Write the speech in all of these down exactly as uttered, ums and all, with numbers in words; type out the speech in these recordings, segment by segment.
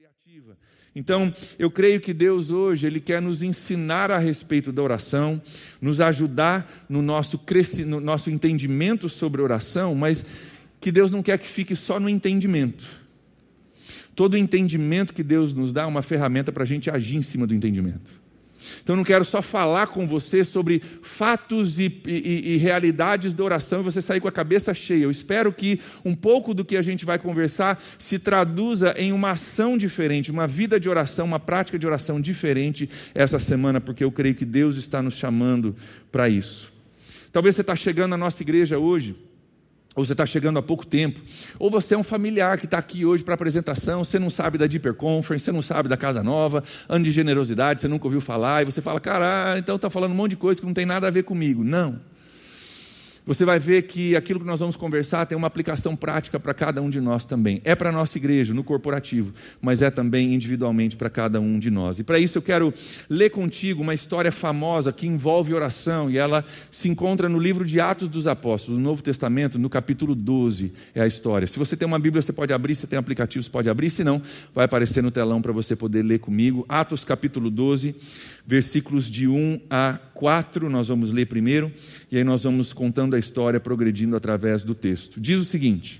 criativa. Então, eu creio que Deus hoje, Ele quer nos ensinar a respeito da oração, nos ajudar no nosso, cresci... no nosso entendimento sobre oração, mas que Deus não quer que fique só no entendimento. Todo entendimento que Deus nos dá é uma ferramenta para a gente agir em cima do entendimento. Então eu não quero só falar com você sobre fatos e, e, e realidades da oração e você sair com a cabeça cheia. Eu espero que um pouco do que a gente vai conversar se traduza em uma ação diferente, uma vida de oração, uma prática de oração diferente essa semana, porque eu creio que Deus está nos chamando para isso. Talvez você está chegando na nossa igreja hoje, ou você está chegando há pouco tempo, ou você é um familiar que está aqui hoje para apresentação, você não sabe da Deeper Conference, você não sabe da Casa Nova, ano de generosidade, você nunca ouviu falar, e você fala, cara, então está falando um monte de coisa que não tem nada a ver comigo. Não. Você vai ver que aquilo que nós vamos conversar tem uma aplicação prática para cada um de nós também. É para a nossa igreja, no corporativo, mas é também individualmente para cada um de nós. E para isso eu quero ler contigo uma história famosa que envolve oração, e ela se encontra no livro de Atos dos Apóstolos, no Novo Testamento, no capítulo doze é a história. Se você tem uma Bíblia, você pode abrir, se tem aplicativo, você pode abrir, se não, vai aparecer no telão para você poder ler comigo. Atos capítulo doze, versículos de um a quatro, nós vamos ler primeiro, e aí nós vamos contando a história, progredindo através do texto. Diz o seguinte: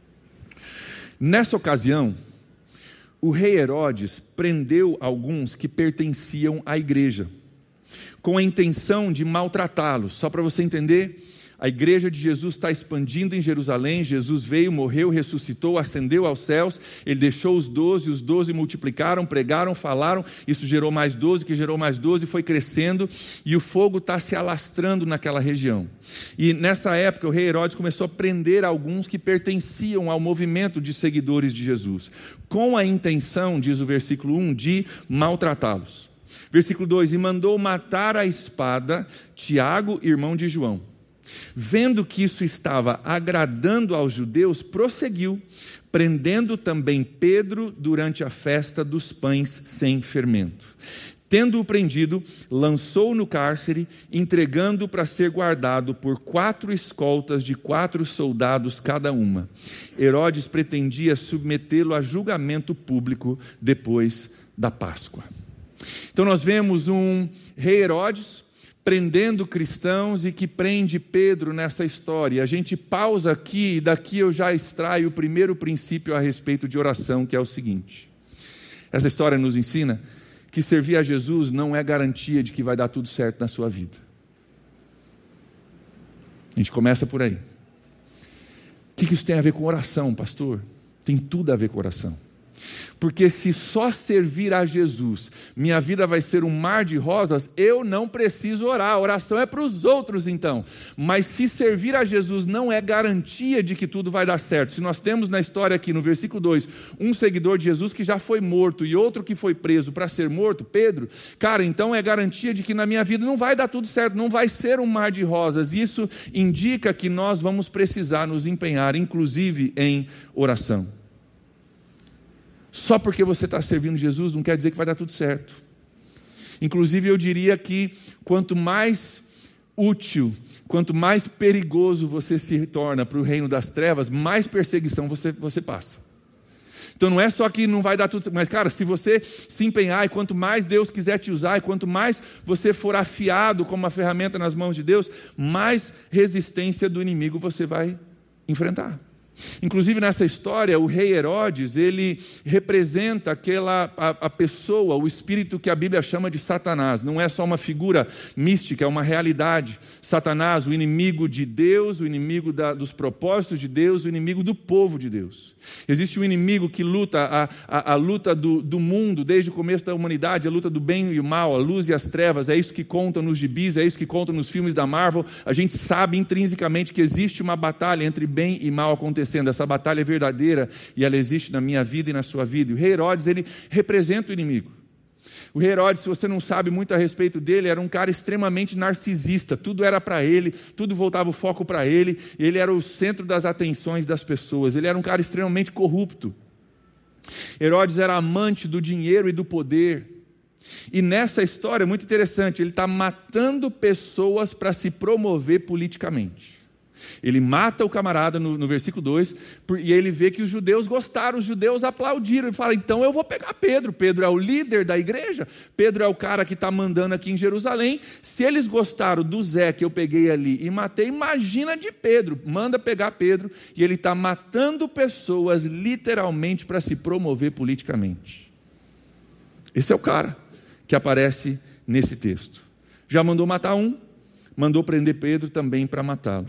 nessa ocasião, o rei Herodes prendeu alguns que pertenciam à igreja, com a intenção de maltratá-los. Só para você entender, a igreja de Jesus está expandindo em Jerusalém. Jesus veio, morreu, ressuscitou, ascendeu aos céus. Ele deixou os doze, os doze multiplicaram, pregaram, falaram. Isso gerou mais doze, que gerou mais doze, foi crescendo. E o fogo está se alastrando naquela região. E nessa época, o rei Herodes começou a prender alguns que pertenciam ao movimento de seguidores de Jesus, com a intenção, diz o versículo um, de maltratá-los. Versículo dois, e mandou matar à espada Tiago, irmão de João. Vendo que isso estava agradando aos judeus, prosseguiu, prendendo também Pedro durante a festa dos pães sem fermento. Tendo-o prendido, lançou-o no cárcere, entregando-o para ser guardado por quatro escoltas de quatro soldados cada uma. Herodes pretendia submetê-lo a julgamento público depois da Páscoa. Então nós vemos um rei Herodes prendendo cristãos e que prende Pedro nessa história. A gente pausa aqui e daqui eu já extraio o primeiro princípio a respeito de oração, que é o seguinte: essa história nos ensina que servir a Jesus não é garantia de que vai dar tudo certo na sua vida. A gente começa por aí. O que isso tem a ver com oração, pastor? Tem tudo a ver com oração. Porque se só servir a Jesus, minha vida vai ser um mar de rosas, eu não preciso orar. A oração é para os outros então. Mas se servir a Jesus não é garantia de que tudo vai dar certo. Se nós temos na história aqui no versículo dois, um seguidor de Jesus que já foi morto e outro que foi preso para ser morto, Pedro, cara, então é garantia de que na minha vida não vai dar tudo certo, não vai ser um mar de rosas. Isso indica que nós vamos precisar nos empenhar, inclusive em oração. Só porque você está servindo Jesus não quer dizer que vai dar tudo certo. Inclusive eu diria que quanto mais útil, quanto mais perigoso você se torna para o reino das trevas, mais perseguição você, você passa. Então não é só que não vai dar tudo certo, mas cara, se você se empenhar, e quanto mais Deus quiser te usar, e quanto mais você for afiado como uma ferramenta nas mãos de Deus, mais resistência do inimigo você vai enfrentar. Inclusive nessa história, o rei Herodes, ele representa aquela, a, a pessoa, o espírito que a Bíblia chama de Satanás. Não é só uma figura mística, é uma realidade. Satanás, o inimigo de Deus, o inimigo da, dos propósitos de Deus, o inimigo do povo de Deus. Existe um inimigo que luta, a, a, a luta do, do mundo, desde o começo da humanidade, a luta do bem e o mal, a luz e as trevas. É isso que conta nos gibis, é isso que conta nos filmes da Marvel. A gente sabe intrinsecamente que existe uma batalha entre bem e mal acontecendo. Essa batalha é verdadeira e ela existe na minha vida e na sua vida. E o rei Herodes, ele representa o inimigo. O rei Herodes, se você não sabe muito a respeito dele, era um cara extremamente narcisista. Tudo era para ele, tudo voltava o foco para ele. Ele era o centro das atenções das pessoas. Ele era um cara extremamente corrupto. Herodes era amante do dinheiro e do poder. E nessa história, muito interessante, ele está matando pessoas para se promover politicamente. Ele mata o camarada no, no versículo dois, por, e ele vê que os judeus gostaram, os judeus aplaudiram. Ele fala, então eu vou pegar Pedro. Pedro é o líder da igreja, Pedro é o cara que está mandando aqui em Jerusalém. Se eles gostaram do Zé que eu peguei ali e matei, imagina de Pedro. Manda pegar Pedro, e ele está matando pessoas literalmente para se promover politicamente. Esse é o cara que aparece nesse texto. Já mandou matar um, mandou prender Pedro também para matá-lo.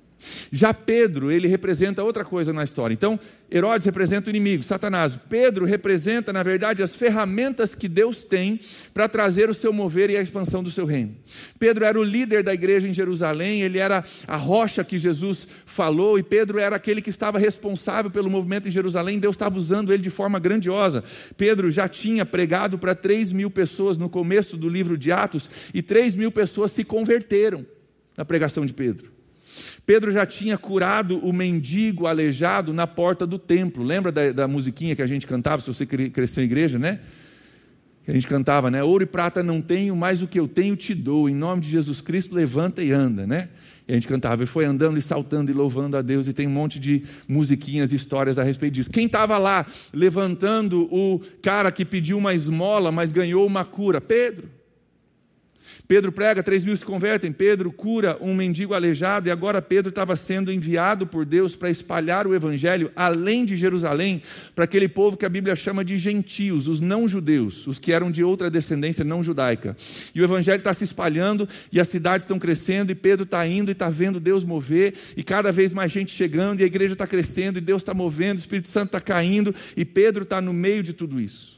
Já Pedro, ele representa outra coisa na história. Então, Herodes representa o inimigo, Satanás. Pedro representa, na verdade, as ferramentas que Deus tem para trazer o seu mover e a expansão do seu reino. Pedro era o líder da igreja em Jerusalém, ele era a rocha que Jesus falou, e Pedro era aquele que estava responsável pelo movimento em Jerusalém. Deus estava usando ele de forma grandiosa. Pedro já tinha pregado para três mil pessoas no começo do livro de Atos, e três mil pessoas se converteram na pregação de Pedro. Pedro já tinha curado o mendigo aleijado na porta do templo. Lembra da, da musiquinha que a gente cantava, se você cresceu em igreja, né? Que a gente cantava, né? Ouro e prata não tenho, mas o que eu tenho te dou. Em nome de Jesus Cristo, levanta e anda, né? E a gente cantava, e foi andando e saltando e louvando a Deus, e tem um monte de musiquinhas e histórias a respeito disso. Quem estava lá levantando o cara que pediu uma esmola, mas ganhou uma cura? Pedro. Pedro prega, três mil se convertem, Pedro cura um mendigo aleijado, e agora Pedro estava sendo enviado por Deus para espalhar o evangelho além de Jerusalém, para aquele povo que a Bíblia chama de gentios, os não-judeus, os que eram de outra descendência não judaica. E o evangelho está se espalhando, e as cidades estão crescendo, e Pedro está indo e está vendo Deus mover, e cada vez mais gente chegando, e a igreja está crescendo, e Deus está movendo, o Espírito Santo está caindo, e Pedro está no meio de tudo isso.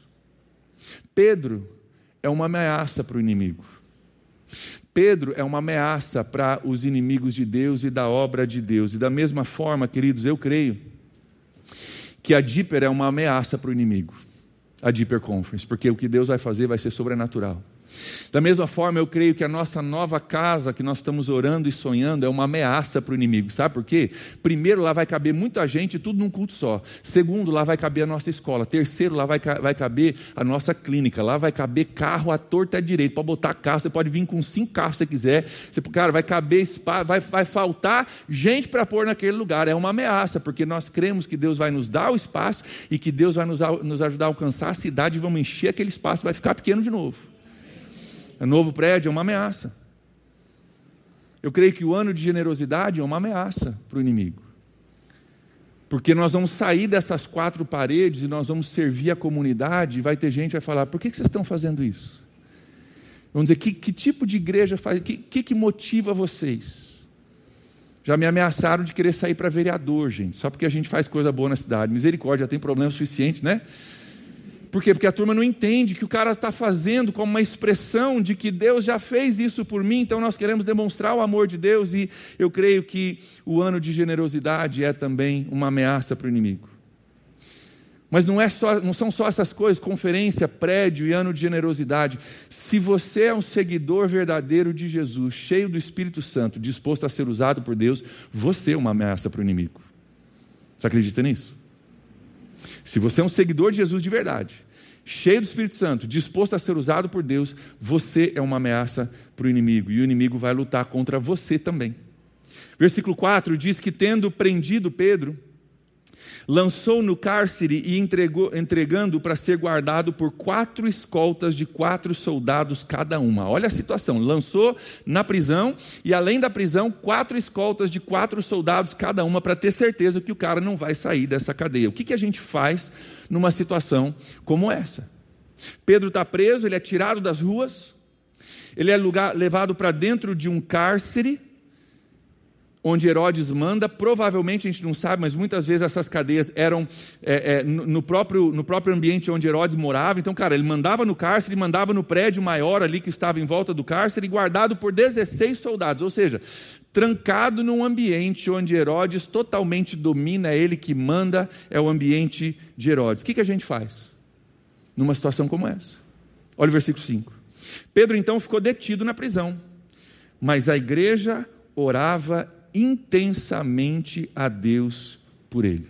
Pedro é uma ameaça para o inimigo. Pedro é uma ameaça para os inimigos de Deus e da obra de Deus. E da mesma forma, queridos, eu creio que a Díper é uma ameaça para o inimigo, a Díper Conference, porque o que Deus vai fazer vai ser sobrenatural. Da mesma forma, eu creio que a nossa nova casa que nós estamos orando e sonhando é uma ameaça para o inimigo. Sabe por quê? Primeiro, lá vai caber muita gente, tudo num culto só. Segundo, lá vai caber a nossa escola. Terceiro, lá vai, vai caber a nossa clínica. Lá vai caber carro à torta e à direita. Para botar carro, você pode vir com cinco carros se você quiser. Você, cara, vai caber espaço, vai, vai faltar gente para pôr naquele lugar. É uma ameaça, porque nós cremos que Deus vai nos dar o espaço e que Deus vai nos, nos ajudar a alcançar a cidade, e vamos encher aquele espaço, vai ficar pequeno de novo. O novo prédio é uma ameaça. Eu creio que o ano de generosidade é uma ameaça para o inimigo. Porque nós vamos sair dessas quatro paredes e nós vamos servir a comunidade, e vai ter gente que vai falar, por que vocês estão fazendo isso? Vamos dizer, que, que tipo de igreja faz, que, que, que motiva vocês? Já me ameaçaram de querer sair para vereador, gente, só porque a gente faz coisa boa na cidade. Misericórdia, já tem problema suficiente, né? Por quê? Porque a turma não entende que o cara está fazendo como uma expressão de que Deus já fez isso por mim, então nós queremos demonstrar o amor de Deus, e eu creio que o ano de generosidade é também uma ameaça para o inimigo. Mas não, é só, não são só essas coisas, conferência, prédio e ano de generosidade. Se você é um seguidor verdadeiro de Jesus, cheio do Espírito Santo, disposto a ser usado por Deus, você é uma ameaça para o inimigo. Você acredita nisso? Se você é um seguidor de Jesus de verdade, cheio do Espírito Santo, disposto a ser usado por Deus, você é uma ameaça para o inimigo, e o inimigo vai lutar contra você também. Versículo quatro diz que, tendo prendido Pedro, lançou no cárcere e entregou, entregando para ser guardado por quatro escoltas de quatro soldados cada uma. Olha a situação, lançou na prisão, e além da prisão, quatro escoltas de quatro soldados cada uma, para ter certeza que o cara não vai sair dessa cadeia. O que, que a gente faz numa situação como essa? Pedro está preso, ele é tirado das ruas, ele é lugar, levado para dentro de um cárcere, onde Herodes manda. Provavelmente a gente não sabe, mas muitas vezes essas cadeias eram é, é, no, próprio, no próprio ambiente onde Herodes morava. Então, cara, ele mandava no cárcere, mandava no prédio maior ali que estava em volta do cárcere, guardado por dezesseis soldados, ou seja, trancado num ambiente onde Herodes totalmente domina, é ele que manda, é o ambiente de Herodes. O que, que a gente faz numa situação como essa? Olha o versículo cinco. Pedro então ficou detido na prisão, mas a igreja orava intensamente a Deus por ele.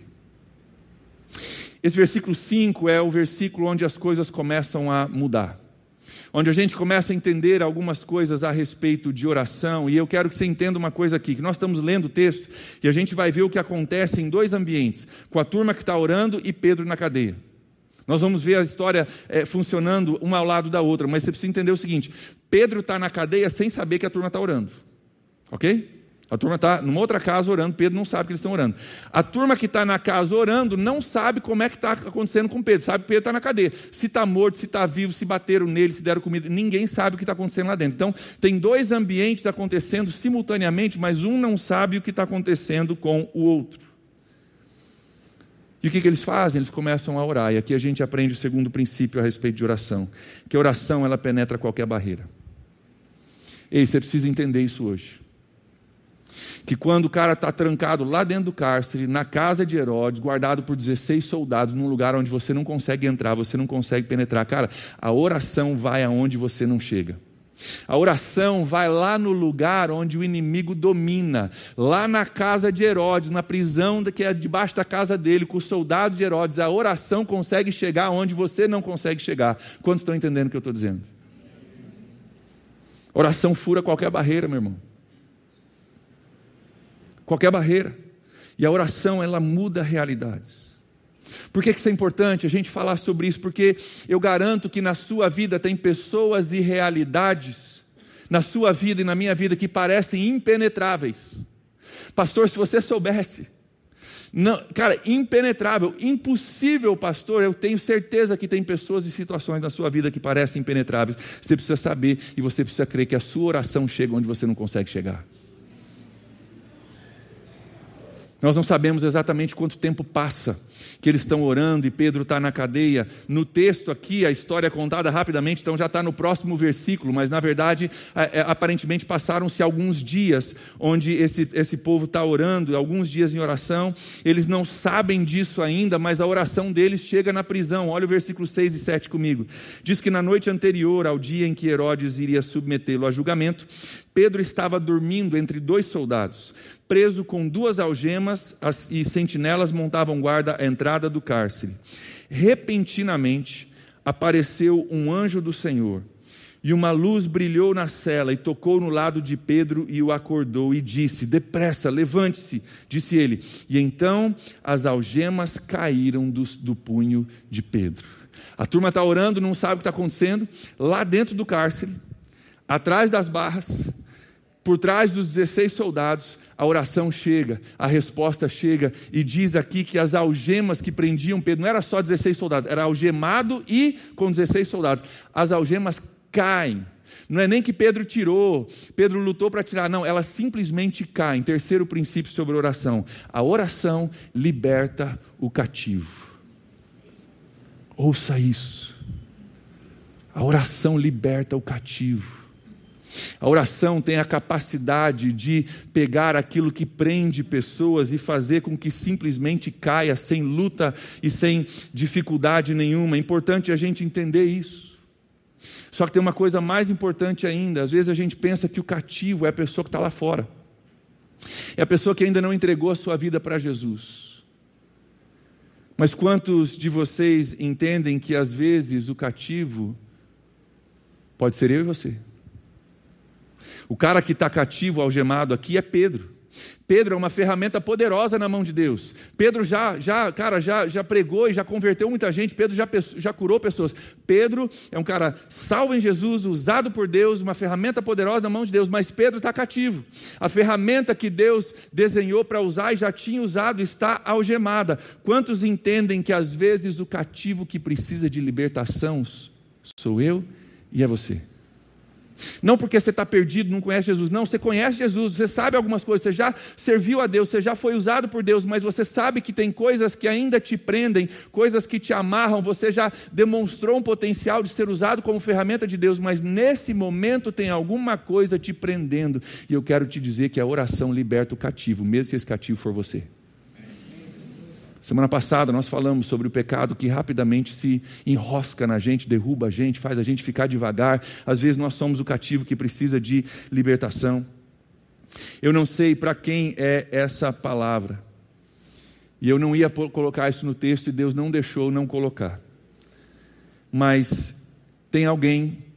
Esse versículo cinco é o versículo onde as coisas começam a mudar, onde a gente começa a entender algumas coisas a respeito de oração, e eu quero que você entenda uma coisa aqui, que nós estamos lendo o texto, e a gente vai ver o que acontece em dois ambientes, com a turma que está orando e Pedro na cadeia. Nós vamos ver a história é, funcionando uma ao lado da outra, mas você precisa entender o seguinte, Pedro está na cadeia sem saber que a turma está orando, ok? A turma está numa outra casa orando, Pedro não sabe que eles estão orando. A turma que está na casa orando não sabe como é que está acontecendo com Pedro, sabe que Pedro está na cadeia. Se está morto, se está vivo, se bateram nele, se deram comida, ninguém sabe o que está acontecendo lá dentro. Então, tem dois ambientes acontecendo simultaneamente, mas um não sabe o que está acontecendo com o outro. E o que, que eles fazem? Eles começam a orar, e aqui a gente aprende o segundo princípio a respeito de oração, que a oração ela penetra qualquer barreira. Ei, você precisa entender isso hoje. Que quando o cara está trancado lá dentro do cárcere, na casa de Herodes, guardado por dezesseis soldados, num lugar onde você não consegue entrar, você não consegue penetrar, cara, a oração vai aonde você não chega. A oração vai lá no lugar onde o inimigo domina, lá na casa de Herodes, na prisão que é debaixo da casa dele, com os soldados de Herodes, a oração consegue chegar onde você não consegue chegar. Quantos estão entendendo o que eu estou dizendo? Oração fura qualquer barreira, meu irmão. Qualquer barreira. E a oração, ela muda realidades. Por que isso é importante a gente falar sobre isso? Porque eu garanto que na sua vida tem pessoas e realidades, na sua vida e na minha vida, que parecem impenetráveis. Pastor, se você soubesse, não, cara, impenetrável, impossível, pastor, eu tenho certeza que tem pessoas e situações na sua vida que parecem impenetráveis. Você precisa saber e você precisa crer que a sua oração chega onde você não consegue chegar. Nós não sabemos exatamente quanto tempo passa que eles estão orando e Pedro está na cadeia. No texto aqui, a história é contada rapidamente, então já está no próximo versículo, mas na verdade, aparentemente passaram-se alguns dias onde esse, esse povo está orando, alguns dias em oração. Eles não sabem disso ainda, mas a oração deles chega na prisão. Olha o versículo seis e sete comigo. Diz que na noite anterior ao dia em que Herodes iria submetê-lo a julgamento, Pedro estava dormindo entre dois soldados, preso com duas algemas, e sentinelas montavam guarda à entrada do cárcere. Repentinamente apareceu um anjo do Senhor, e uma luz brilhou na cela e tocou no lado de Pedro e o acordou e disse: depressa, levante-se, disse ele. E então as algemas caíram do, do punho de Pedro. A turma está orando, não sabe o que está acontecendo. Lá dentro do cárcere, atrás das barras, por trás dos dezesseis soldados, a oração chega, a resposta chega, e diz aqui que as algemas que prendiam Pedro, não era só dezesseis soldados, era algemado e com dezesseis soldados. As algemas caem. Não é nem que Pedro tirou, Pedro lutou para tirar, não, elas simplesmente caem. Terceiro princípio sobre oração: a oração liberta o cativo. Ouça isso. A oração liberta o cativo. A oração tem a capacidade de pegar aquilo que prende pessoas e fazer com que simplesmente caia, sem luta e sem dificuldade nenhuma. É importante a gente entender isso. Só que tem uma coisa mais importante ainda. Às vezes a gente pensa que o cativo é a pessoa que está lá fora. É a pessoa que ainda não entregou a sua vida para Jesus. Mas quantos de vocês entendem que às vezes o cativo pode ser eu e você? O cara que está cativo, algemado aqui é Pedro. Pedro é uma ferramenta poderosa na mão de Deus. Pedro já, já, cara, já, já pregou e já converteu muita gente. Pedro já, já curou pessoas. Pedro é um cara salvo em Jesus, usado por Deus, uma ferramenta poderosa na mão de Deus. Mas Pedro está cativo. A ferramenta que Deus desenhou para usar e já tinha usado está algemada. Quantos entendem que às vezes o cativo que precisa de libertação sou eu e é você? Não porque você está perdido, não conhece Jesus. Não, você conhece Jesus, você sabe algumas coisas, você já serviu a Deus, você já foi usado por Deus, mas você sabe que tem coisas que ainda te prendem, coisas que te amarram. Você já demonstrou um potencial de ser usado como ferramenta de Deus, mas nesse momento tem alguma coisa te prendendo. E eu quero te dizer que a oração liberta o cativo, mesmo se esse cativo for você. Semana passada nós falamos sobre o pecado que rapidamente se enrosca na gente, derruba a gente, faz a gente ficar devagar. Às vezes nós somos o cativo que precisa de libertação. Eu não sei para quem é essa palavra. E eu não ia colocar isso no texto e Deus não deixou não colocar. Mas tem alguém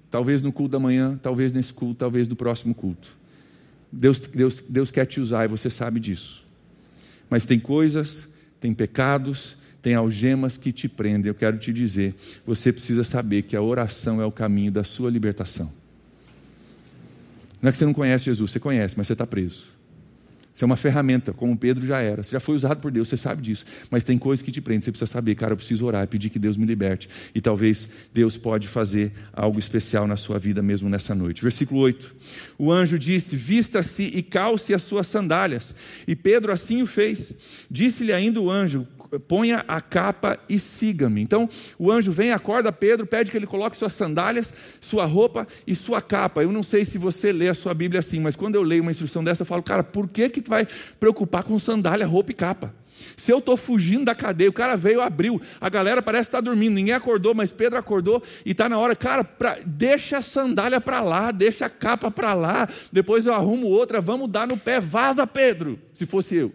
Talvez no culto da manhã, talvez nesse culto, talvez no próximo culto. Deus, Deus, Deus quer te usar e você sabe disso. Mas tem coisas, tem pecados, tem algemas que te prendem. Eu quero te dizer, você precisa saber que a oração é o caminho da sua libertação. Não é que você não conhece Jesus, você conhece, mas você está preso. Você é uma ferramenta, como Pedro já era. Você já foi usado por Deus, você sabe disso. Mas tem coisas que te prendem, você precisa saber, cara, eu preciso orar, pedir que Deus me liberte. E talvez Deus pode fazer algo especial na sua vida mesmo nessa noite. Versículo oito. O anjo disse, vista-se e calce as suas sandálias. E Pedro assim o fez. Disse-lhe ainda o anjo, ponha a capa e siga-me. Então o anjo vem, acorda Pedro, pede que ele coloque suas sandálias, sua roupa e sua capa. Eu não sei se você lê a sua Bíblia assim, mas quando eu leio uma instrução dessa, eu falo, cara, por que que tu vai preocupar com sandália, roupa e capa? Se eu estou fugindo da cadeia, o cara veio, abriu, a galera parece estar dormindo, ninguém acordou, mas Pedro acordou e está na hora, cara, pra, deixa a sandália para lá, deixa a capa para lá, depois eu arrumo outra, vamos dar no pé, vaza Pedro, se fosse eu.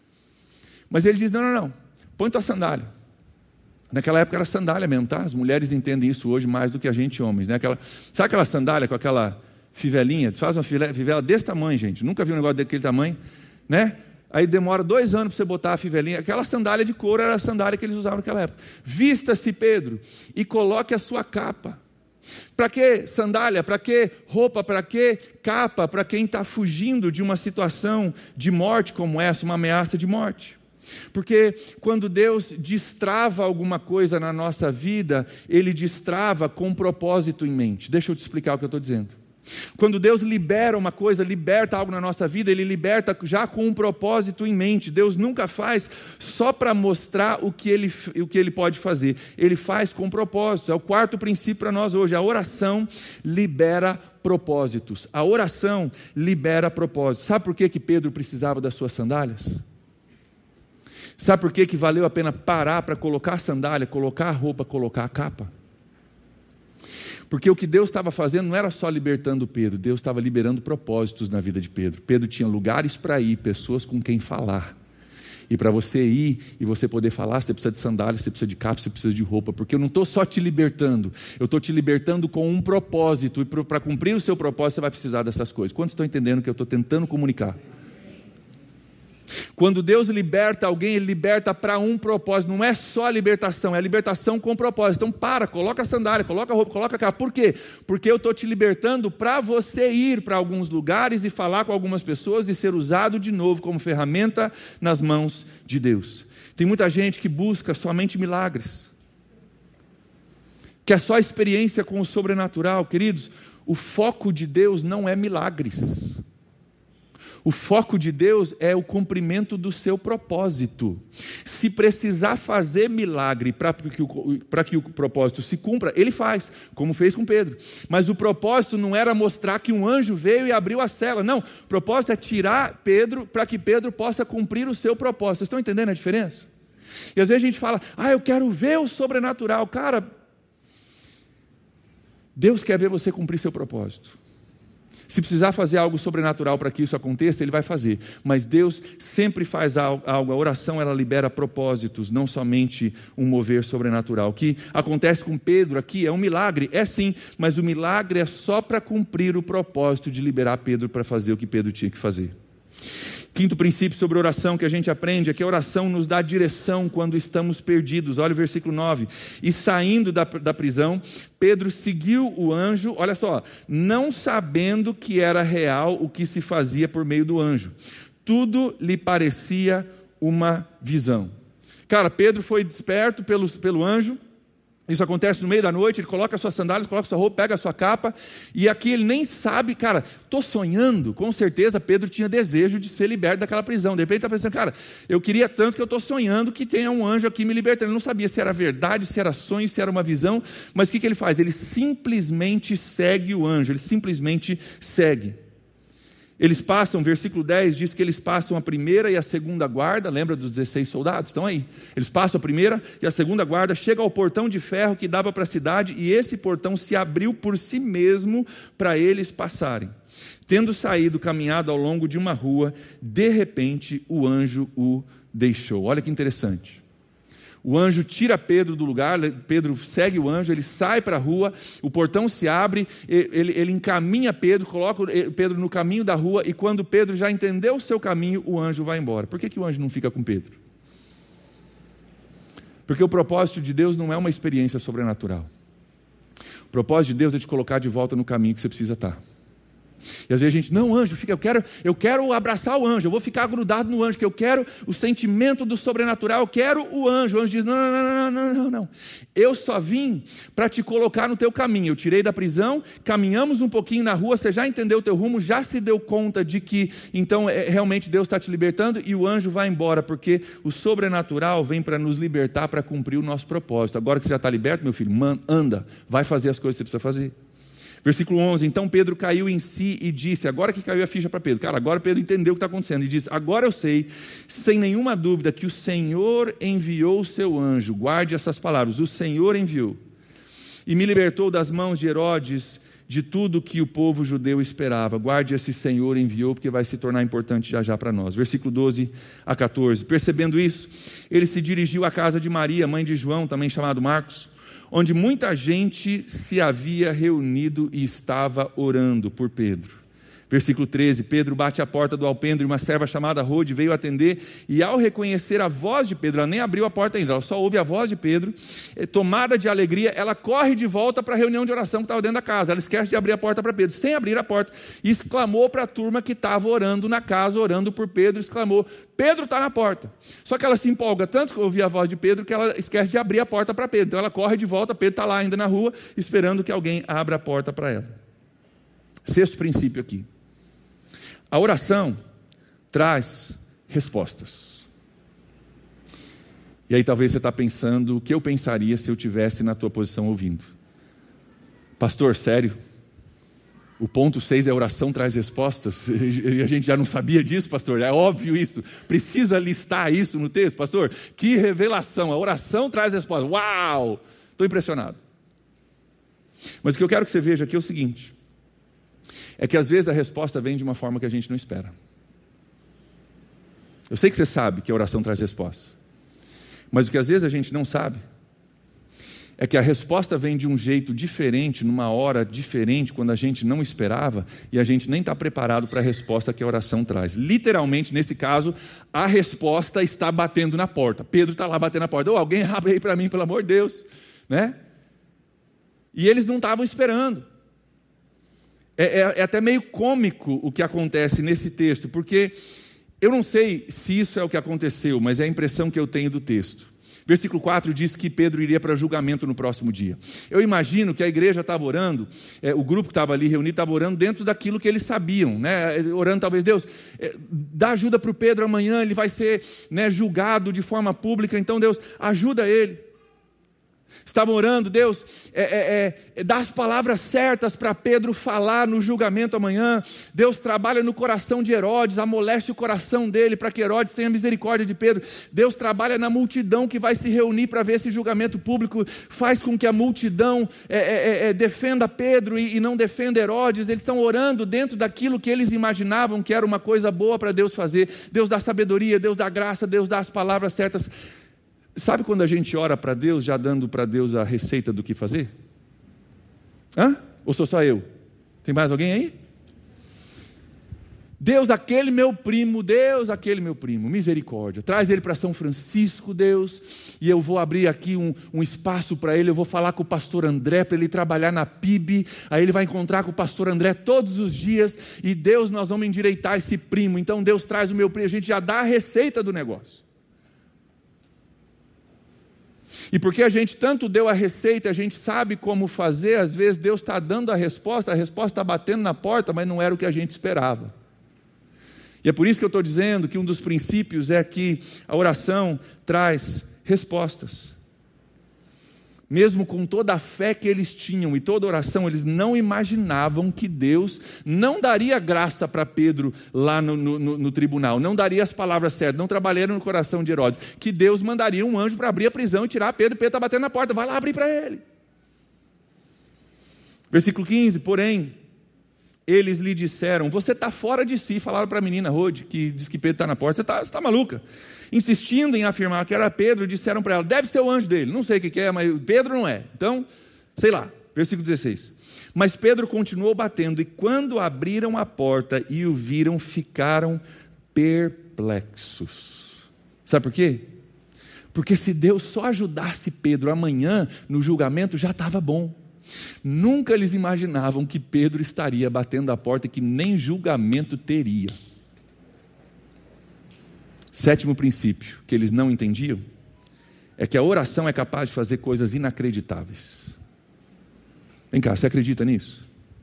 Mas ele diz, não, não, não, põe tua sandália. Naquela época era sandália mesmo, tá? As mulheres entendem isso hoje mais do que a gente homens, né? Aquela, sabe aquela sandália com aquela fivelinha? Faz uma fivela desse tamanho, gente, nunca vi um negócio daquele tamanho, né? Aí demora dois anos para você botar a fivelinha. Aquela sandália de couro era a sandália que eles usavam naquela época. Vista-se, Pedro, e coloque a sua capa. Para que sandália? Para que roupa? Para que capa? Para quem está fugindo de uma situação de morte como essa, uma ameaça de morte. Porque quando Deus destrava alguma coisa na nossa vida, Ele destrava com um propósito em mente. Deixa eu te explicar o que eu estou dizendo. Quando Deus libera uma coisa, liberta algo na nossa vida, Ele liberta já com um propósito em mente. Deus nunca faz só para mostrar o que, ele, o que Ele pode fazer. Ele faz com propósitos. É o quarto princípio para nós hoje. A oração libera propósitos. A oração libera propósitos. Sabe por que que Pedro precisava das suas sandálias? Sabe por que que valeu a pena parar para colocar a sandália, colocar a roupa, colocar a capa? Porque o que Deus estava fazendo não era só libertando Pedro, Deus estava liberando propósitos na vida de Pedro. Pedro tinha lugares para ir, pessoas com quem falar. E para você ir e você poder falar, você precisa de sandália, você precisa de capa, você precisa de roupa. Porque eu não estou só te libertando, eu estou te libertando com um propósito. E para cumprir o seu propósito, você vai precisar dessas coisas. Quantos estão entendendo o que eu estou tentando comunicar? Quando Deus liberta alguém, Ele liberta para um propósito. Não é só a libertação, é a libertação com propósito. Então para, coloca a sandália, coloca a roupa, coloca a capa. Por quê? Porque eu estou te libertando para você ir para alguns lugares e falar com algumas pessoas e ser usado de novo como ferramenta nas mãos de Deus. Tem muita gente que busca somente milagres, quer só experiência com o sobrenatural. Queridos, o foco de Deus não é milagres. O foco de Deus é o cumprimento do seu propósito. Se precisar fazer milagre para que, que o propósito se cumpra, Ele faz, como fez com Pedro. Mas o propósito não era mostrar que um anjo veio e abriu a cela. Não, o propósito é tirar Pedro para que Pedro possa cumprir o seu propósito. Vocês estão entendendo a diferença? E às vezes a gente fala, ah, eu quero ver o sobrenatural. Cara, Deus quer ver você cumprir seu propósito. Se precisar fazer algo sobrenatural para que isso aconteça, Ele vai fazer. Mas Deus sempre faz algo. A oração, ela libera propósitos, não somente um mover sobrenatural. O que acontece com Pedro aqui é um milagre. É sim, mas o milagre é só para cumprir o propósito de liberar Pedro para fazer o que Pedro tinha que fazer. Quinto princípio sobre oração que a gente aprende é que a oração nos dá direção quando estamos perdidos. Olha o versículo nove. E saindo da, da prisão, Pedro seguiu o anjo, olha só, não sabendo que era real o que se fazia por meio do anjo. Tudo lhe parecia uma visão. Cara, Pedro foi desperto pelo, pelo anjo. Isso acontece no meio da noite, ele coloca as suas sandálias, coloca a sua roupa, pega a sua capa, e aqui ele nem sabe, cara, estou sonhando. Com certeza Pedro tinha desejo de ser liberto daquela prisão. De repente ele está pensando, cara, eu queria tanto que eu estou sonhando que tenha um anjo aqui me libertando. Ele não sabia se era verdade, se era sonho, se era uma visão, mas o que, que ele faz? Ele simplesmente segue o anjo, ele simplesmente segue. Eles passam, versículo dez diz que eles passam a primeira e a segunda guarda, lembra dos dezesseis soldados? Estão aí. Eles passam a primeira e a segunda guarda, chegam ao portão de ferro que dava para a cidade e esse portão se abriu por si mesmo para eles passarem. Tendo saído, caminhado ao longo de uma rua, de repente o anjo o deixou. Olha que interessante. O anjo tira Pedro do lugar, Pedro segue o anjo, ele sai para a rua, o portão se abre, ele, ele encaminha Pedro, coloca Pedro no caminho da rua, e quando Pedro já entendeu o seu caminho, o anjo vai embora. Por que que o anjo não fica com Pedro? Porque o propósito de Deus não é uma experiência sobrenatural. O propósito de Deus é te colocar de volta no caminho que você precisa estar. E às vezes a gente, não, anjo, fica, eu, quero, eu quero abraçar o anjo, eu vou ficar grudado no anjo, que eu quero o sentimento do sobrenatural, eu quero o anjo. O anjo diz, não, não, não, não, não, não. Eu só vim para te colocar no teu caminho. Eu tirei da prisão, caminhamos um pouquinho na rua, você já entendeu o teu rumo, já se deu conta de que, então, é, realmente Deus está te libertando, e o anjo vai embora, porque o sobrenatural vem para nos libertar, para cumprir o nosso propósito. Agora que você já está liberto, meu filho, man, anda, vai fazer as coisas que você precisa fazer. Versículo onze, então Pedro caiu em si e disse, agora que caiu a ficha para Pedro, cara, agora Pedro entendeu o que está acontecendo, e disse, agora eu sei, sem nenhuma dúvida, que o Senhor enviou o seu anjo, guarde essas palavras, o Senhor enviou, e me libertou das mãos de Herodes, de tudo que o povo judeu esperava. Guarde esse Senhor enviou, porque vai se tornar importante já já para nós. Versículo doze a quatorze, percebendo isso, ele se dirigiu à casa de Maria, mãe de João, também chamado Marcos, onde muita gente se havia reunido e estava orando por Pedro. Versículo treze, Pedro bate à porta do alpendre, e uma serva chamada Rode veio atender, e ao reconhecer a voz de Pedro, ela nem abriu a porta ainda, ela só ouve a voz de Pedro, tomada de alegria, ela corre de volta para a reunião de oração que estava dentro da casa, ela esquece de abrir a porta para Pedro, sem abrir a porta, e exclamou para a turma que estava orando na casa, orando por Pedro, exclamou, Pedro está na porta. Só que ela se empolga tanto que ouvir a voz de Pedro, que ela esquece de abrir a porta para Pedro, então ela corre de volta, Pedro está lá ainda na rua, esperando que alguém abra a porta para ela. Sexto princípio aqui. A oração traz respostas. E aí talvez você está pensando, o que eu pensaria se eu estivesse na tua posição ouvindo? Pastor, sério? O ponto seis é a oração traz respostas? E a gente já não sabia disso, pastor? É óbvio isso. Precisa listar isso no texto, pastor? Que revelação, a oração traz respostas. Uau! Estou impressionado. Mas o que eu quero que você veja aqui é o seguinte, é que às vezes a resposta vem de uma forma que a gente não espera. Eu sei que você sabe que a oração traz resposta, mas o que às vezes a gente não sabe é que a resposta vem de um jeito diferente, numa hora diferente, quando a gente não esperava, e a gente nem está preparado para a resposta que a oração traz. Literalmente, nesse caso, a resposta está batendo na porta. Pedro está lá batendo na porta. Oh, alguém abre aí para mim, pelo amor de Deus. Né? E eles não estavam esperando. É, é, é até meio cômico o que acontece nesse texto, porque eu não sei se isso é o que aconteceu, mas é a impressão que eu tenho do texto. Versículo quatro diz que Pedro iria para julgamento no próximo dia. Eu imagino que a igreja estava orando, é, o grupo que estava ali reunido estava orando dentro daquilo que eles sabiam, né? Orando talvez, Deus, é, dá ajuda para o Pedro amanhã, ele vai ser, né, julgado de forma pública, então Deus, ajuda ele. Estavam orando, Deus, é, é, é, dá as palavras certas para Pedro falar no julgamento amanhã. Deus trabalha no coração de Herodes, amolece o coração dele para que Herodes tenha misericórdia de Pedro. Deus trabalha na multidão que vai se reunir para ver esse julgamento público, faz com que a multidão é, é, é, defenda Pedro e, e não defenda Herodes. Eles estão orando dentro daquilo que eles imaginavam que era uma coisa boa para Deus fazer. Deus dá sabedoria, Deus dá graça, Deus dá as palavras certas. Sabe quando a gente ora para Deus, já dando para Deus a receita do que fazer? Hã? Ou sou só eu? Tem mais alguém aí? Deus, aquele meu primo, Deus, aquele meu primo, misericórdia. Traz ele para São Francisco, Deus, e eu vou abrir aqui um, um espaço para ele, eu vou falar com o pastor André, para ele trabalhar na P I B, aí ele vai encontrar com o pastor André todos os dias, e Deus, nós vamos endireitar esse primo. Então Deus traz o meu primo, a gente já dá a receita do negócio. E porque a gente tanto deu a receita, a gente sabe como fazer, às vezes Deus está dando a resposta, a resposta está batendo na porta, mas não era o que a gente esperava. E é por isso que eu estou dizendo que um dos princípios é que a oração traz respostas. Mesmo com toda a fé que eles tinham e toda a oração, eles não imaginavam que Deus não daria graça para Pedro lá no, no, no tribunal, não daria as palavras certas, não trabalharam no coração de Herodes, que Deus mandaria um anjo para abrir a prisão e tirar Pedro, Pedro está batendo na porta, vai lá abrir para ele. Versículo quinze, porém, eles lhe disseram: você está fora de si. Falaram para a menina Rode, que diz que Pedro está na porta: você está você tá maluca? Insistindo em afirmar que era Pedro, disseram para ela: deve ser o anjo dele. Não sei o que, que é, mas Pedro não é. Então, sei lá. Versículo dezesseis. Mas Pedro continuou batendo, e quando abriram a porta e o viram, ficaram perplexos. Sabe por quê? Porque se Deus só ajudasse Pedro amanhã no julgamento, já estava bom. Nunca eles imaginavam que Pedro estaria batendo a porta e que nem julgamento teria. Sétimo princípio que eles não entendiam é que a oração é capaz de fazer coisas inacreditáveis. Vem cá, você acredita nisso?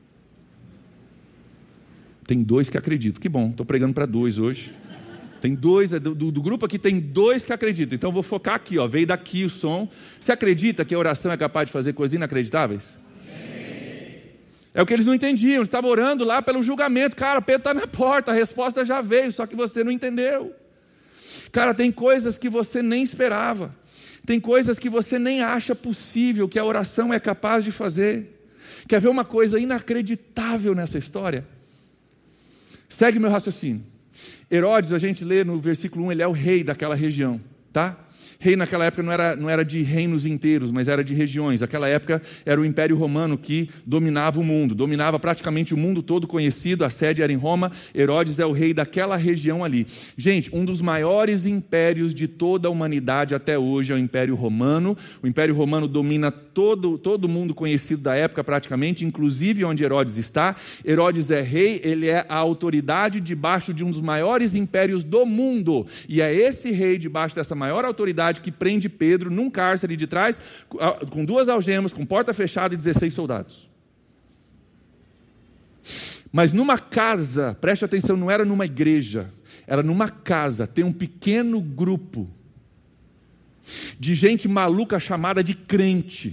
Tem dois que acreditam. Que bom, estou pregando para dois hoje. Tem dois, do, do grupo aqui tem dois que acreditam. Então eu vou focar aqui, ó, veio daqui o som. Você acredita que a oração é capaz de fazer coisas inacreditáveis? Sim. É o que eles não entendiam. Eles estavam orando lá pelo julgamento. Cara, Pedro está na porta, a resposta já veio, só que você não entendeu. Cara, tem coisas que você nem esperava. Tem coisas que você nem acha possível que a oração é capaz de fazer. Quer ver uma coisa inacreditável nessa história? Segue meu raciocínio. Herodes, a gente lê no versículo um, ele é o rei daquela região, tá? Rei naquela época não era, não era de reinos inteiros, mas era de regiões. Naquela época era o Império Romano que dominava o mundo, dominava praticamente o mundo todo conhecido, a sede era em Roma. Herodes é o rei daquela região ali. Gente, um dos maiores impérios de toda a humanidade até hoje é o Império Romano. O Império Romano domina todo, todo o mundo conhecido da época praticamente, inclusive onde Herodes está. Herodes é rei, ele é a autoridade debaixo de um dos maiores impérios do mundo. E é esse rei debaixo dessa maior autoridade que prende Pedro num cárcere de trás, com duas algemas, com porta fechada e dezesseis soldados. Mas numa casa, preste atenção, não era numa igreja, era numa casa, tem um pequeno grupo de gente maluca chamada de crente.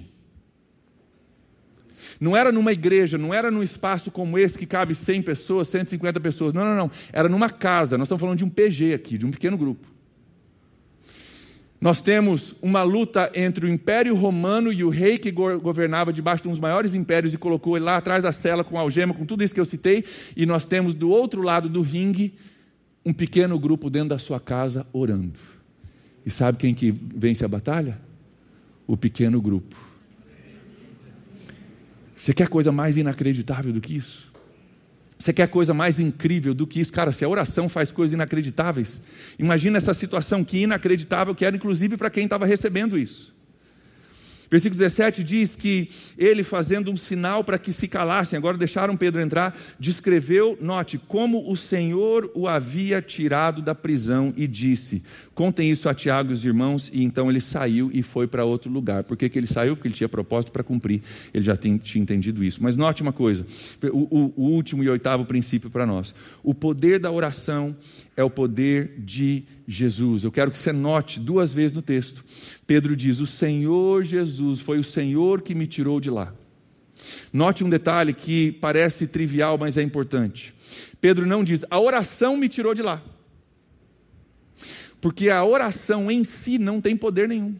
Não era numa igreja, não era num espaço como esse que cabe cem pessoas, cento e cinquenta pessoas, não, não, não, era numa casa. Nós estamos falando de um P G aqui, de um pequeno grupo. Nós temos uma luta entre o Império Romano e o rei que governava debaixo de um dos maiores impérios e colocou ele lá atrás da cela com algema, com tudo isso que eu citei, e nós temos do outro lado do ringue um pequeno grupo dentro da sua casa orando. E sabe quem que vence a batalha? O pequeno grupo. Você quer coisa mais inacreditável do que isso? Você quer coisa mais incrível do que isso? Cara, se a oração faz coisas inacreditáveis, imagina essa situação que inacreditável que era inclusive para quem estava recebendo isso. Versículo dezessete diz que ele, fazendo um sinal para que se calassem, agora deixaram Pedro entrar, descreveu, note, como o Senhor o havia tirado da prisão e disse: contem isso a Tiago e os irmãos. E então ele saiu e foi para outro lugar. Por que que ele saiu? Porque ele tinha propósito para cumprir. Ele já tinha, tinha entendido isso. Mas note uma coisa, o, o, o último e oitavo princípio para nós. O poder da oração é o poder de Jesus. Eu quero que você note duas vezes no texto. Pedro diz: o Senhor Jesus, foi o Senhor que me tirou de lá. Note um detalhe que parece trivial, mas é importante. Pedro não diz: a oração me tirou de lá. Porque a oração em si não tem poder nenhum.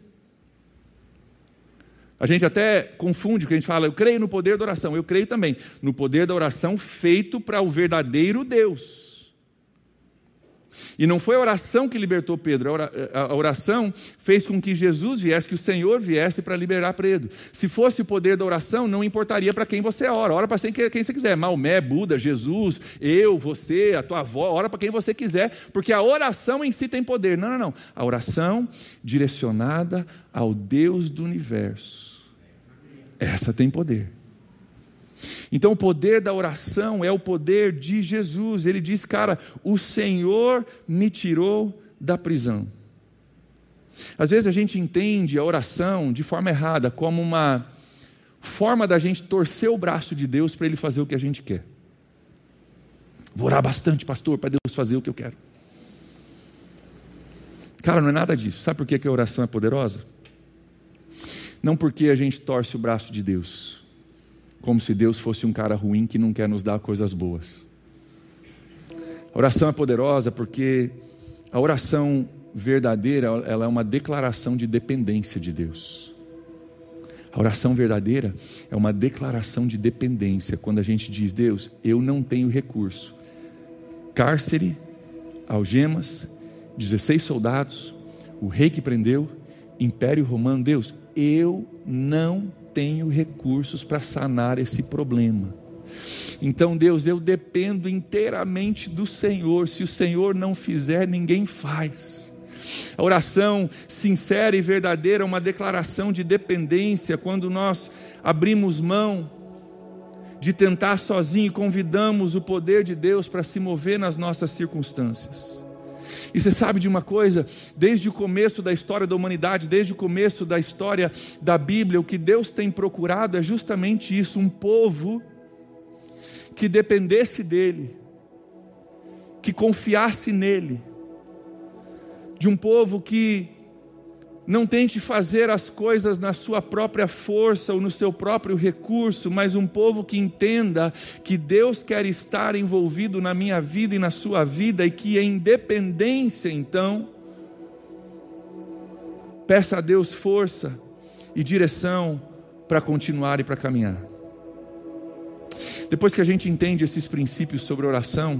A gente até confunde, porque a gente fala: eu creio no poder da oração. Eu creio também no poder da oração feito para o verdadeiro Deus. E não foi a oração que libertou Pedro, a oração fez com que Jesus viesse, que o Senhor viesse para liberar Pedro. Se fosse o poder da oração, não importaria para quem você ora, ora para quem você quiser, Maomé, Buda, Jesus, eu, você, a tua avó, ora para quem você quiser, porque a oração em si tem poder. Não, não, não, a oração direcionada ao Deus do universo, essa tem poder. Então o poder da oração é o poder de Jesus. Ele diz: cara, o Senhor me tirou da prisão. Às vezes a gente entende a oração de forma errada, como uma forma da gente torcer o braço de Deus para Ele fazer o que a gente quer. Vou orar bastante, pastor, para Deus fazer o que eu quero. Cara, não é nada disso. Sabe por que a oração é poderosa? Não porque a gente torce o braço de Deus, como se Deus fosse um cara ruim que não quer nos dar coisas boas. A oração é poderosa porque a oração verdadeira, ela é uma declaração de dependência de Deus. A oração verdadeira é uma declaração de dependência, quando a gente diz: Deus, eu não tenho recurso. Cárcere, algemas, dezesseis soldados, o rei que prendeu, Império Romano. Deus, eu não tenho recursos para sanar esse problema. Então, Deus, eu dependo inteiramente do Senhor. Se o Senhor não fizer, ninguém faz. A oração sincera e verdadeira é uma declaração de dependência, quando nós abrimos mão de tentar sozinho e convidamos o poder de Deus para se mover nas nossas circunstâncias. E você sabe de uma coisa? Desde o começo da história da humanidade, desde o começo da história da Bíblia, o que Deus tem procurado é justamente isso: um povo que dependesse dEle, que confiasse nele, de um povo que não tente fazer as coisas na sua própria força ou no seu próprio recurso, mas um povo que entenda que Deus quer estar envolvido na minha vida e na sua vida, e que em dependência, então, peça a Deus força e direção para continuar e para caminhar. Depois que a gente entende esses princípios sobre oração,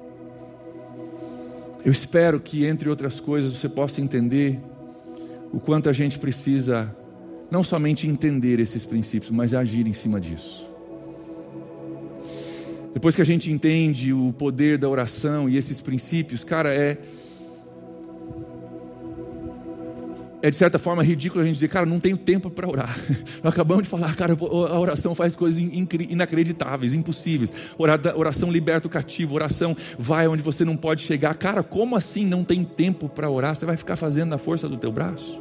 eu espero que, entre outras coisas, você possa entender o quanto a gente precisa não somente entender esses princípios, mas agir em cima disso. Depois que a gente entende o poder da oração e esses princípios, cara, é é de certa forma ridículo a gente dizer: cara, não tenho tempo para orar. Nós acabamos de falar, cara, a oração faz coisas inacreditáveis, impossíveis. Oração liberta o cativo, oração vai onde você não pode chegar. Cara, como assim não tem tempo para orar? Você vai ficar fazendo na força do teu braço?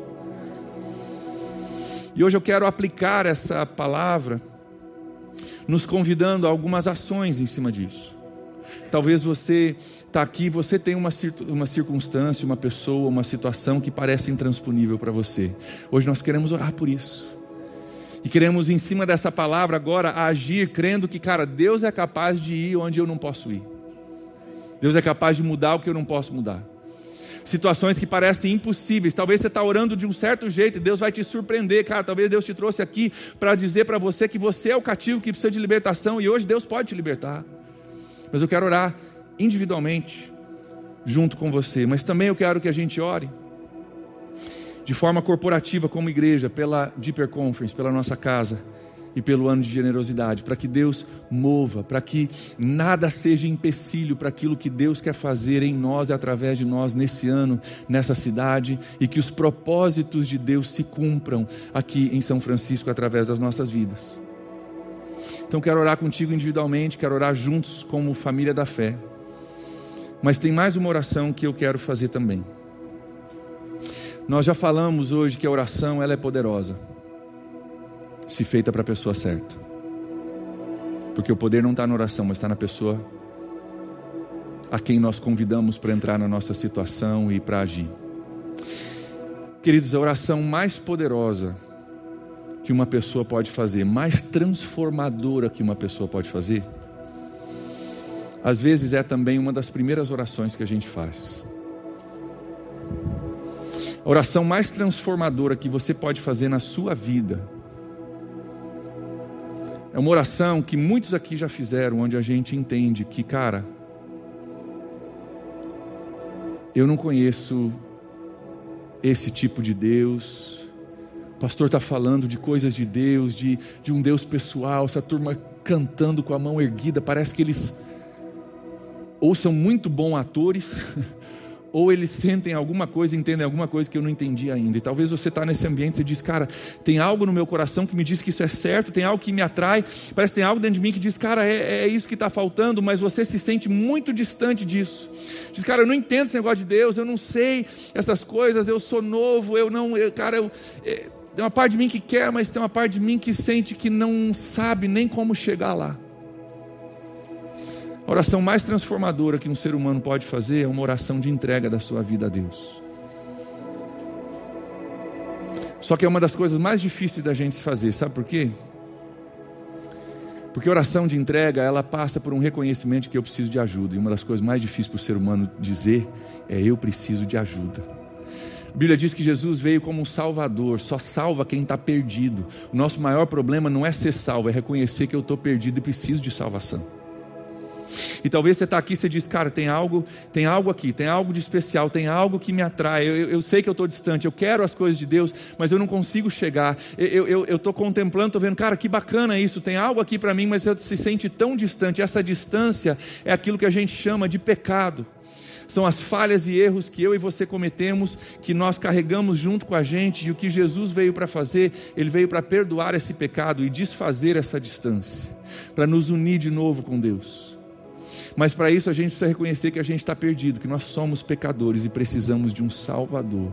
E hoje eu quero aplicar essa palavra, nos convidando a algumas ações em cima disso. Talvez você está aqui, você tem uma, uma circunstância, uma pessoa, uma situação que parece intransponível para você. Hoje nós queremos orar por isso. E queremos, em cima dessa palavra agora, agir crendo que, cara, Deus é capaz de ir onde eu não posso ir. Deus é capaz de mudar o que eu não posso mudar. Situações que parecem impossíveis, talvez você está orando de um certo jeito e Deus vai te surpreender, cara. Talvez Deus te trouxe aqui para dizer para você que você é o cativo que precisa de libertação, e hoje Deus pode te libertar. Mas eu quero orar individualmente junto com você, mas também eu quero que a gente ore de forma corporativa como igreja, pela Deeper Conference, pela nossa casa e pelo ano de generosidade, para que Deus mova, para que nada seja empecilho para aquilo que Deus quer fazer em nós e através de nós nesse ano, nessa cidade, e que os propósitos de Deus se cumpram aqui em São Francisco através das nossas vidas. Então quero orar contigo individualmente, quero orar juntos como família da fé, mas tem mais uma oração que eu quero fazer também. Nós já falamos hoje que a oração ela é poderosa, se feita para a pessoa certa, porque o poder não está na oração, mas está na pessoa a quem nós convidamos para entrar na nossa situação e para agir. Queridos, a oração mais poderosa que uma pessoa pode fazer, mais transformadora que uma pessoa pode fazer, às vezes é também uma das primeiras orações que a gente faz. A oração mais transformadora que você pode fazer na sua vida é uma oração que muitos aqui já fizeram, onde a gente entende que, cara, eu não conheço esse tipo de Deus. O pastor está falando de coisas de Deus, de, de um Deus pessoal, essa turma cantando com a mão erguida, parece que eles ou são muito bons atores, ou eles sentem alguma coisa, entendem alguma coisa que eu não entendi ainda. E talvez você está nesse ambiente e você diz: cara, tem algo no meu coração que me diz que isso é certo, tem algo que me atrai, parece que tem algo dentro de mim que diz: cara, é, é isso que está faltando, mas você se sente muito distante disso. Diz: cara, eu não entendo esse negócio de Deus, eu não sei essas coisas, eu sou novo, eu não, eu, cara, eu, é, tem uma parte de mim que quer, mas tem uma parte de mim que sente que não sabe nem como chegar lá. A oração mais transformadora que um ser humano pode fazer é uma oração de entrega da sua vida a Deus. Só que é uma das coisas mais difíceis da gente se fazer, sabe por quê? Porque a oração de entrega, ela passa por um reconhecimento que eu preciso de ajuda. E uma das coisas mais difíceis para o ser humano dizer é: eu preciso de ajuda. A Bíblia diz que Jesus veio como um salvador, só salva quem está perdido. O nosso maior problema não é ser salvo, é reconhecer que eu estou perdido e preciso de salvação. E talvez você está aqui e você diz, cara, tem algo, tem algo aqui, tem algo de especial, tem algo que me atrai, eu, eu, eu sei que eu estou distante, eu quero as coisas de Deus, mas eu não consigo chegar, eu estou contemplando, estou vendo, cara, que bacana isso, tem algo aqui para mim, mas você se sente tão distante. Essa distância é aquilo que a gente chama de pecado. São as falhas e erros que eu e você cometemos, que nós carregamos junto com a gente, e o que Jesus veio para fazer, Ele veio para perdoar esse pecado e desfazer essa distância, para nos unir de novo com Deus. Mas para isso a gente precisa reconhecer que a gente está perdido, que nós somos pecadores e precisamos de um Salvador.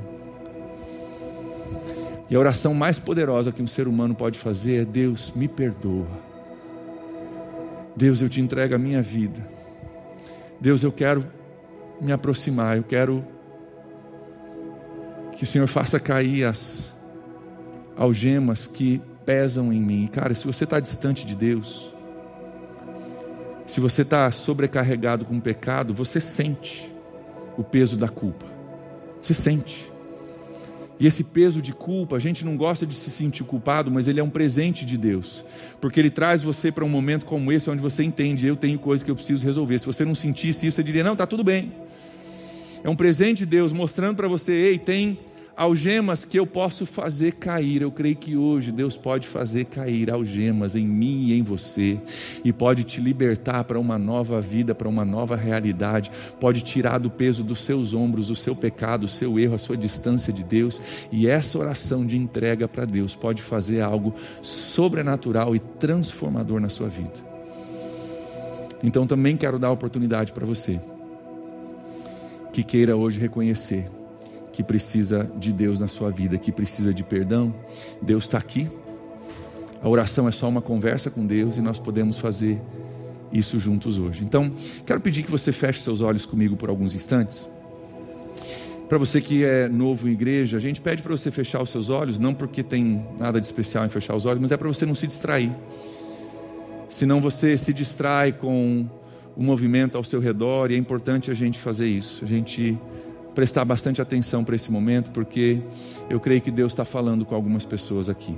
E a oração mais poderosa que um ser humano pode fazer é: Deus, me perdoa. Deus, eu te entrego a minha vida. Deus, eu quero me aproximar, eu quero que o Senhor faça cair as algemas que pesam em mim. Cara, se você está distante de Deus, se você está sobrecarregado com o pecado, você sente o peso da culpa. Você sente. E esse peso de culpa, a gente não gosta de se sentir culpado, mas ele é um presente de Deus. Porque ele traz você para um momento como esse, onde você entende, eu tenho coisas que eu preciso resolver. Se você não sentisse isso, você diria, não, está tudo bem. É um presente de Deus mostrando para você, ei, tem algemas que eu posso fazer cair. Eu creio que hoje Deus pode fazer cair algemas em mim e em você, e pode te libertar para uma nova vida, para uma nova realidade, pode tirar do peso dos seus ombros o seu pecado, o seu erro, a sua distância de Deus, e essa oração de entrega para Deus pode fazer algo sobrenatural e transformador na sua vida. Então também quero dar a oportunidade para você que queira hoje reconhecer que precisa de Deus na sua vida, que precisa de perdão. Deus está aqui. A oração é só uma conversa com Deus e nós podemos fazer isso juntos hoje. Então, quero pedir que você feche seus olhos comigo por alguns instantes. Para você que é novo em igreja, a gente pede para você fechar os seus olhos, não porque tem nada de especial em fechar os olhos, mas é para você não se distrair. Senão você se distrai com o movimento ao seu redor, e é importante a gente fazer isso, a gente prestar bastante atenção para esse momento, porque eu creio que Deus está falando com algumas pessoas aqui.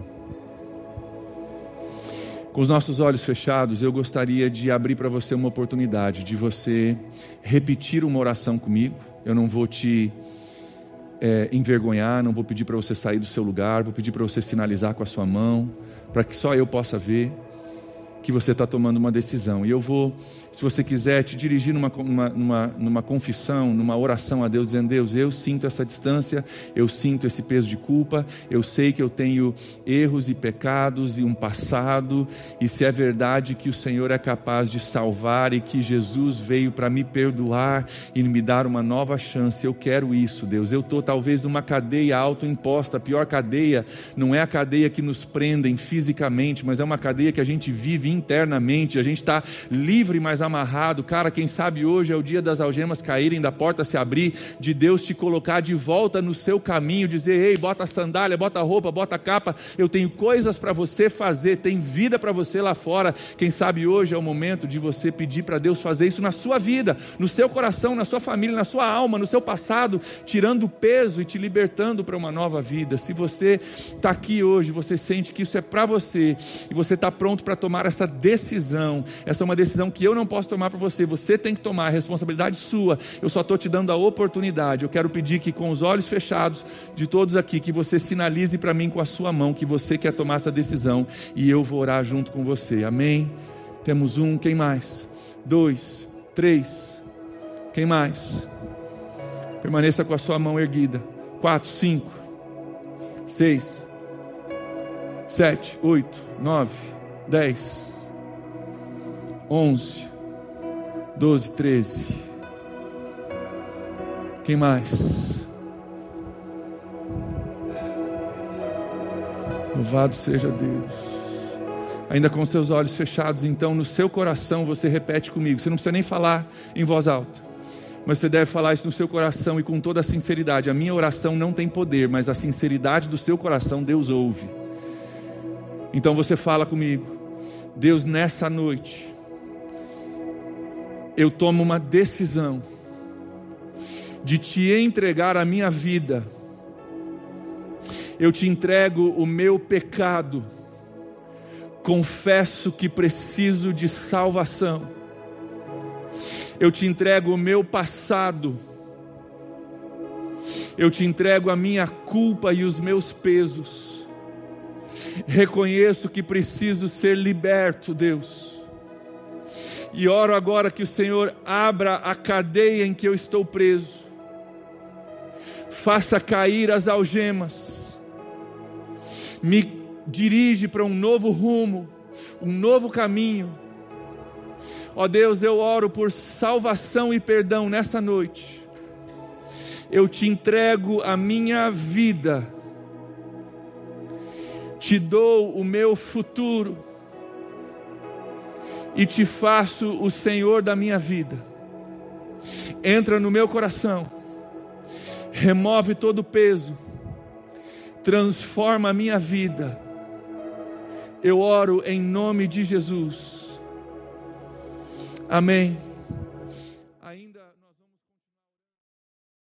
Com os nossos olhos fechados, eu gostaria de abrir para você uma oportunidade de você repetir uma oração comigo. Eu não vou te é, envergonhar, não vou pedir para você sair do seu lugar, vou pedir para você sinalizar com a sua mão, para que só eu possa ver que você está tomando uma decisão. E eu vou, se você quiser, te dirigir numa, numa, numa, numa confissão, numa oração a Deus, dizendo, Deus, eu sinto essa distância, eu sinto esse peso de culpa, eu sei que eu tenho erros e pecados e um passado, e se é verdade que o Senhor é capaz de salvar e que Jesus veio para me perdoar e me dar uma nova chance, eu quero isso, Deus. Eu estou talvez numa cadeia autoimposta. A pior cadeia não é a cadeia que nos prendem fisicamente, mas é uma cadeia que a gente vive internamente, a gente está livre, mas amarrado. Cara, quem sabe hoje é o dia das algemas caírem, da porta se abrir, de Deus te colocar de volta no seu caminho, dizer, ei, bota a sandália, bota a roupa, bota a capa, eu tenho coisas para você fazer, tem vida para você lá fora. Quem sabe hoje é o momento de você pedir para Deus fazer isso na sua vida, no seu coração, na sua família, na sua alma, no seu passado, tirando o peso e te libertando para uma nova vida. Se você está aqui hoje, você sente que isso é para você, e você está pronto para tomar essa decisão, essa é uma decisão que eu não posso tomar para você, você tem que tomar, a responsabilidade sua, eu só estou te dando a oportunidade. Eu quero pedir que com os olhos fechados de todos aqui, que você sinalize para mim com a sua mão que você quer tomar essa decisão, e eu vou orar junto com você. Amém? Temos um, quem mais? Dois, três, quem mais? Permaneça com a sua mão erguida. Quatro, cinco, seis, sete, oito, nove, dez, onze, doze, treze. Quem mais? Louvado seja Deus. Ainda com seus olhos fechados, então no seu coração você repete comigo. Você não precisa nem falar em voz alta, mas você deve falar isso no seu coração e com toda a sinceridade. A minha oração não tem poder, mas a sinceridade do seu coração Deus ouve. Então você fala comigo: Deus, nessa noite eu tomo uma decisão de te entregar a minha vida Eu te entrego o meu pecado, confesso que preciso de salvação. Eu te entrego o meu passado, eu te entrego a minha culpa e os meus pesos. Reconheço que preciso ser liberto, Deus. E oro agora que o Senhor abra a cadeia em que eu estou preso. Faça cair as algemas. Me dirige para um novo rumo, um novo caminho. Ó Deus, eu oro por salvação e perdão nessa noite. Eu te entrego a minha vida. Te dou o meu futuro. E te faço o Senhor da minha vida. Entra no meu coração. Remove todo o peso. Transforma a minha vida. Eu oro em nome de Jesus. Amém.